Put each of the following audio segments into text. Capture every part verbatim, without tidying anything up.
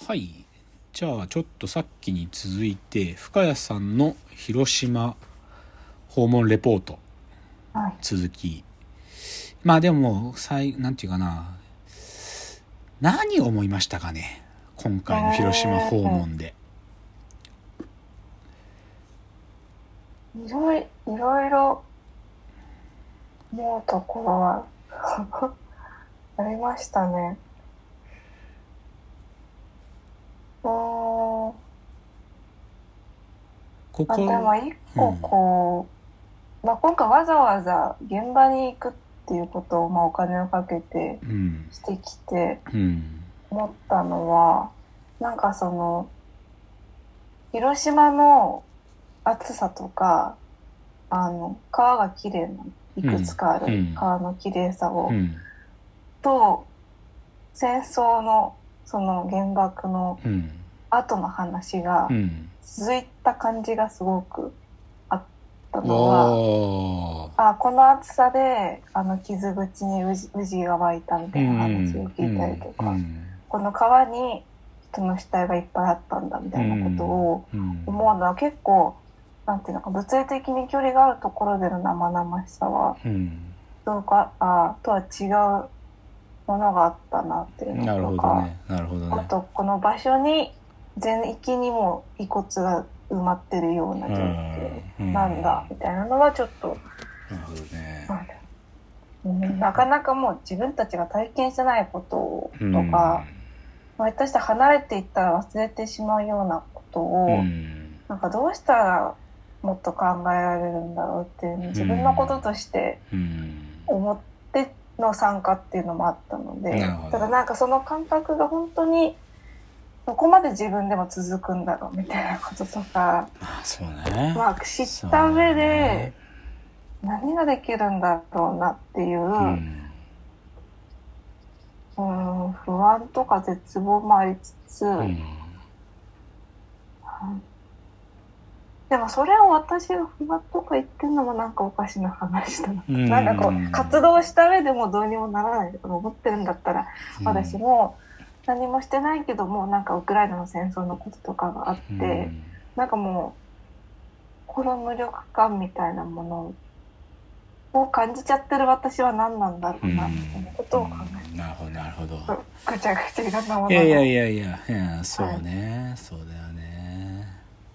はい。じゃあちょっとさっきに続いて深谷さんの広島訪問レポートはい、 続き。まあでも最なんていうかな、何を思いましたかね、今回の広島訪問で。 いろいろいろいろ思うところはありましたね。うーんここ、 あでも一個こう、うんまあ、今回わざわざ現場に行くっていうことを、まあ、お金をかけてしてきて思ったのは、うん、なんかその広島の暑さとかあの川がきれいないくつかある川のきれいさを、うんうん、と戦争のその原爆の後の話が続いた感じがすごくあったのは、うん、あこの暑さであの傷口にウジが湧いたみたいな話を聞いたりとか、うんうん、この川に人の死体がいっぱいあったんだみたいなことを思うのは結構なんていうのか物理的に距離があるところでの生々しさは、うん、どうかあとは違うものがあったなっていうのとか、ねね、あとこの場所に全域にも遺骨が埋まってるような状況なんだみたいなのはちょっと、 なるほどね、 うん、なかなかもう自分たちが体験してないこととか、うん、私たち離れていったら忘れてしまうようなことを、うん、なんかどうしたらもっと考えられるんだろうっていう自分のこととして思っての参加っていうのもあったので、ただなんかその感覚が本当にどこまで自分でも続くんだろうみたいなこととか、 まあそうね、 まあ知った上で何ができるんだろうなっていう、うん、うん不安とか絶望もありつつ、うんうん、でもそれを私が不安とか言ってるのもなんかおかしな話だな、うん、なんかこう活動した上でもどうにもならないとか思ってるんだったら、うん、私も何もしてないけどもなんかウクライナの戦争のこととかがあって、うん、なんかもうこの無力感みたいなものを感じちゃってる私は何なんだろうなみたいなことを考えて、うん、 なるほどなるほど、 ぐちゃぐちゃいろんなものがいやいやいやいやいやそうね、はい、そうだよね。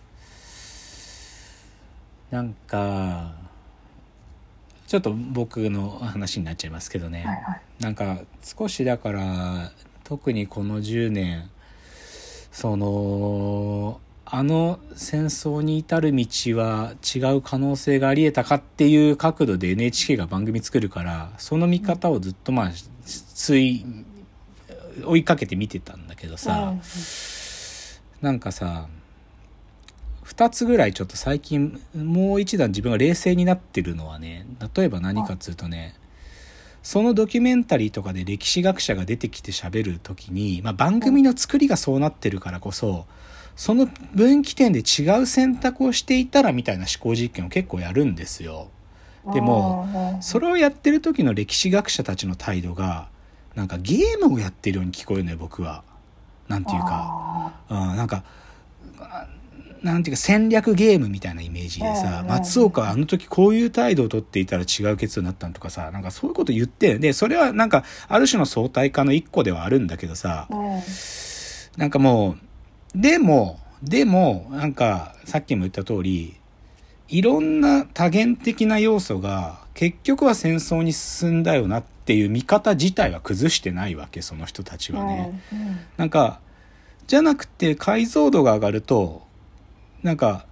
なんかちょっと僕の話になっちゃいますけどね、 はいはい、 なんか少しだから特にこのじゅうねんそのあの戦争に至る道は違う可能性があり得たかっていう角度で エヌエイチケー が番組作るからその見方をずっとまあつい追いかけて見てたんだけどさ、うん、なんかさふたつぐらいちょっと最近もう一段自分が冷静になってるのはね、例えば何かっつうとね、そのドキュメンタリーとかで歴史学者が出てきて喋るときに、まあ、番組の作りがそうなってるからこそその分岐点で違う選択をしていたらみたいな思考実験を結構やるんですよ。でもそれをやってる時の歴史学者たちの態度がなんかゲームをやってるように聞こえるのよ僕は。なんていうか、うん、なんかなんていうか戦略ゲームみたいなイメージでさ、松岡はあの時こういう態度を取っていたら違う結論になったのとかさ、なんかそういうこと言ってでそれはなんかある種の相対化の一個ではあるんだけどさ、なんかもうでもでもなんかさっきも言った通りいろんな多元的な要素が結局は戦争に進んだよなっていう見方自体は崩してないわけその人たちはね、なんかじゃなくて解像度が上がるとなんか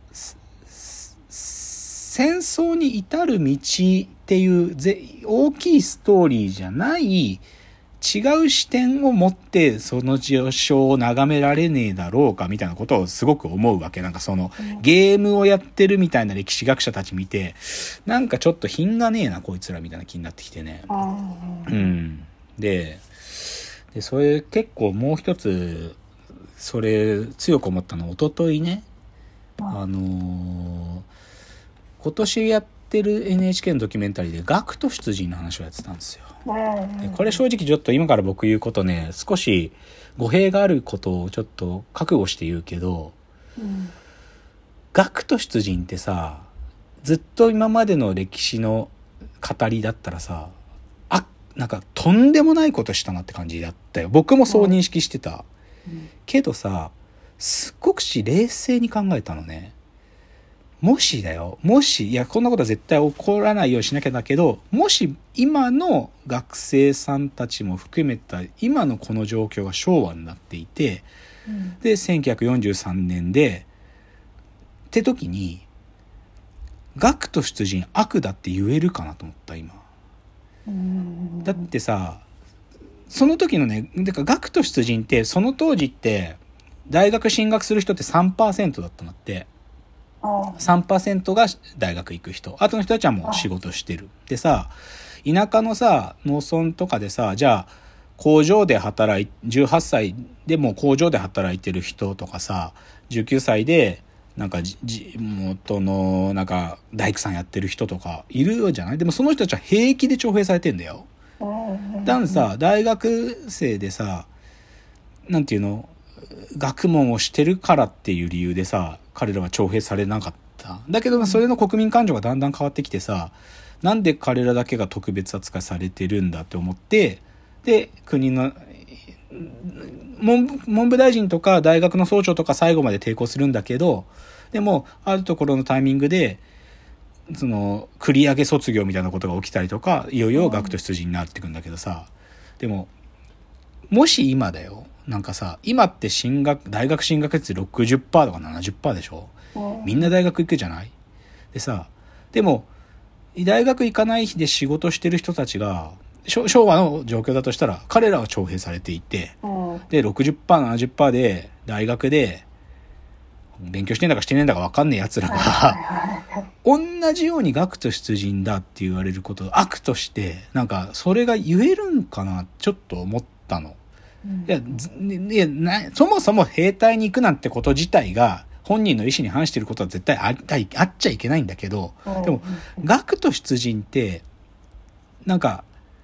戦争に至る道っていう大きいストーリーじゃない違う視点を持ってその事象を眺められねえだろうかみたいなことをすごく思うわけ。なんかそのゲームをやってるみたいな歴史学者たち見てなんかちょっと品がねえなこいつらみたいな気になってきてね、うん、で、でそれ結構もう一つそれ強く思ったのは一昨日ね、あのー、今年やっってる エヌエイチケー のドキュメンタリーで学徒出陣の話をやってたんですよ。でこれ正直ちょっと今から僕言うことね、少し語弊があることをちょっと覚悟して言うけど、うん、学徒出陣ってさ、ずっと今までの歴史の語りだったらさ、あ、なんかとんでもないことしたなって感じだったよ。僕もそう認識してた、うん、けどさ、すっごくし冷静に考えたのね。もしだよ、もし、いやこんなことは絶対起こらないようにしなきゃだけど、もし今の学生さんたちも含めた今のこの状況が昭和になっていて、うん、でせんきゅうひゃくよんじゅうさんねんでって時に学徒出陣悪だって言えるかなと思った今。うん、だってさ、その時のね、だから学徒出陣ってその当時って大学進学する人って さんパーセント だったのって。さんパーセント が大学行く人、あとの人たちはもう仕事してる。でさ、田舎のさ農村とかでさ、じゃあ工場で働いじゅうはっさいでも工場で働いてる人とかさ、じゅうきゅうさいでなんか地元のなんか大工さんやってる人とかいるじゃない。でもその人たちは平気で徴兵されてんだよ。だからさ、大学生でさ、なんていうの、学問をしてるからっていう理由でさ、彼らは徴兵されなかった。だけどそれの国民感情がだんだん変わってきてさ、なんで彼らだけが特別扱いされてるんだって思って、で国の文部、文部大臣とか大学の総長とか最後まで抵抗するんだけど、でもあるところのタイミングでその繰り上げ卒業みたいなことが起きたりとか、いよいよ学徒出陣になってくんだけどさ、でももし今だよ、なんかさ、今って進学大学進学率 ろくじゅっパーセント とか ななじゅっパーセント でしょ。みんな大学行くじゃない。でさ、でも大学行かないで仕事してる人たちが昭和の状況だとしたら、彼らは徴兵されていて、で ろくじゅっパーセント ななじゅっパーセント で大学で勉強してんだかしてねえんだか分かんねえ奴らが同じように学徒出陣だって言われることを悪として、なんかそれが言えるんかなちょっと思ったの。いや、いやなそもそも兵隊に行くなんてこと自体が本人の意思に反していることは絶対 あ, あっちゃいけないんだけど、でも学徒出陣ってなんか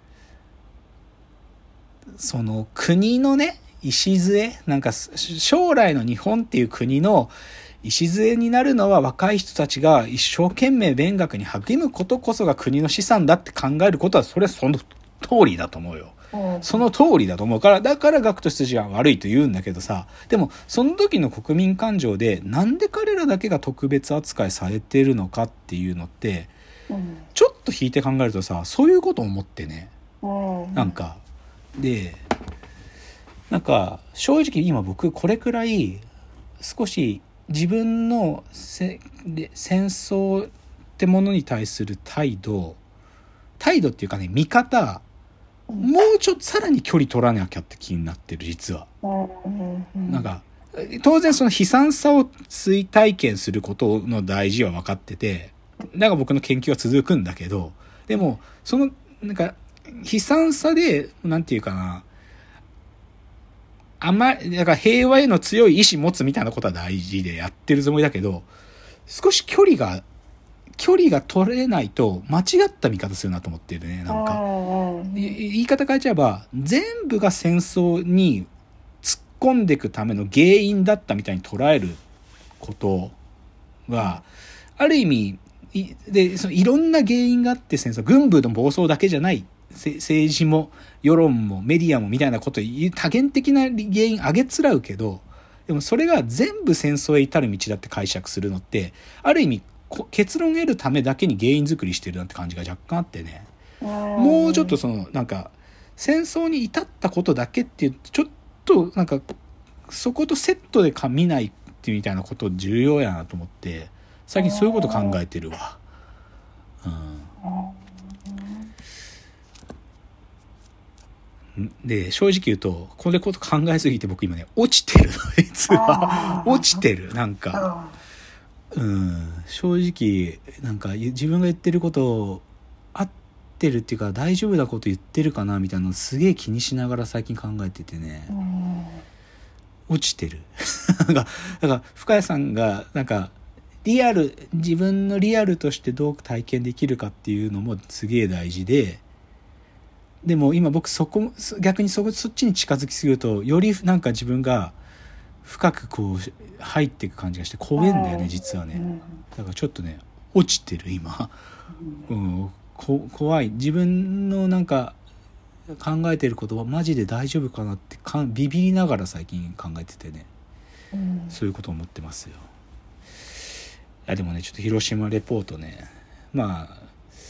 その国のね礎、なんか将来の日本っていう国の礎になるのは若い人たちが一生懸命勉学に励むことこそが国の資産だって考えることは、それはその通りだと思うよ。その通りだと思うから、だから学徒出陣は悪いと言うんだけどさ、でもその時の国民感情でなんで彼らだけが特別扱いされているのかっていうのって、ちょっと引いて考えるとさ、そういうことを思ってね、なんかでなんか正直今僕これくらい少し自分のせ戦争ってものに対する態度態度っていうかね、見方、もうちょっとさらに距離取らなきゃって気になってる実は。なんか当然その悲惨さを追体験することの大事は分かってて、だから僕の研究は続くんだけど、でもそのなんか悲惨さでなんていうかな、あんまりだから平和への強い意志持つみたいなことは大事でやってるつもりだけど、少し距離が距離が取れないと間違った見方するなと思ってるね。なんか言い方変えちゃえば全部が戦争に突っ込んでいくための原因だったみたいに捉えることはある意味で、そのいろんな原因があって戦争、軍部の暴走だけじゃない、政治も世論もメディアもみたいなことを多元的な原因挙げつらうけど、でもそれが全部戦争へ至る道だって解釈するのってある意味結論を得るためだけに原因作りしてるなって感じが若干あってね、もうちょっとそのなんか戦争に至ったことだけっていうちょっとなんかそことセットでか見ないっていうみたいなこと重要やなと思って、最近そういうこと考えてるわ。うん、で正直言うとこれこと考えすぎて僕今ね落ちてるの実は落ちてる。なんかうん正直なんか自分が言ってること合ってるっていうか大丈夫なこと言ってるかなみたいなのすげえ気にしながら最近考えててね、落ちてるなんかだから深谷さんがなんかリアル、自分のリアルとしてどう体験できるかっていうのもすげえ大事で、でも今僕そこ、逆にそこ、そっちに近づきすぎると、よりなんか自分が深くこう入っていく感じがして怖いんだよね、実はね。だからちょっとね、落ちてる今。うん、こ怖い。自分のなんか考えてることはマジで大丈夫かなってかビビりながら最近考えててね。うん、そういうことを思ってますよ。いやでもね、ちょっと広島レポートね、まあ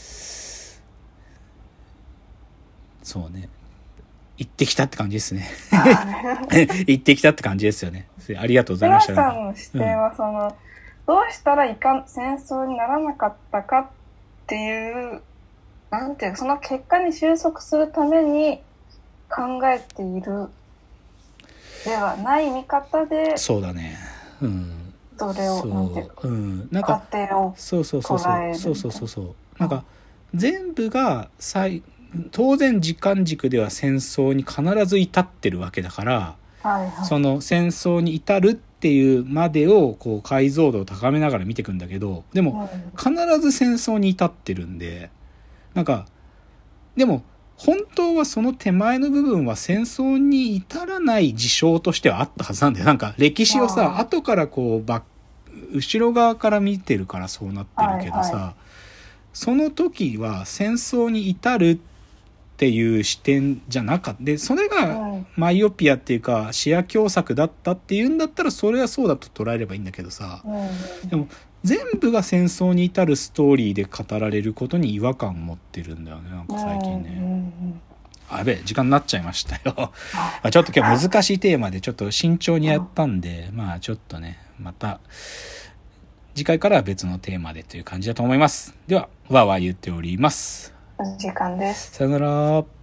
そうね、行ってきたって感じですね。行ってきたって感じですよね。ありがとうございました。 皆さんの視点はその、うん、どうしたらいかん戦争にならなかったかっていう、なんていうか、その結果に収束するために考えているではない見方で、 そうだね。うん。 それをなんていうか、うん、なんか過程をそうそうそうそうそうそうそうそうなんか全部が最当然時間軸では戦争に必ず至ってるわけだから、はいはい、その戦争に至るっていうまでをこう解像度を高めながら見ていくんだけど、でも必ず戦争に至ってるんで、なんかでも本当はその手前の部分は戦争に至らない事象としてはあったはずなんだよ。なんか歴史をさ、後からこうバッ後ろ側から見てるからそうなってるけどさ、はいはい、その時は戦争に至るっていう視点じゃなかった。で、それがマイオピアっていうか視野狭窄だったっていうんだったらそれはそうだと捉えればいいんだけどさ、うん、でも全部が戦争に至るストーリーで語られることに違和感を持ってるんだよね、なんか最近ね。うんうん、あべえ、時間になっちゃいましたよ。ちょっと今日難しいテーマでちょっと慎重にやったんで、まあちょっとね、また次回からは別のテーマでという感じだと思います。では、わーわー言っております。 お時間です。 さよなら。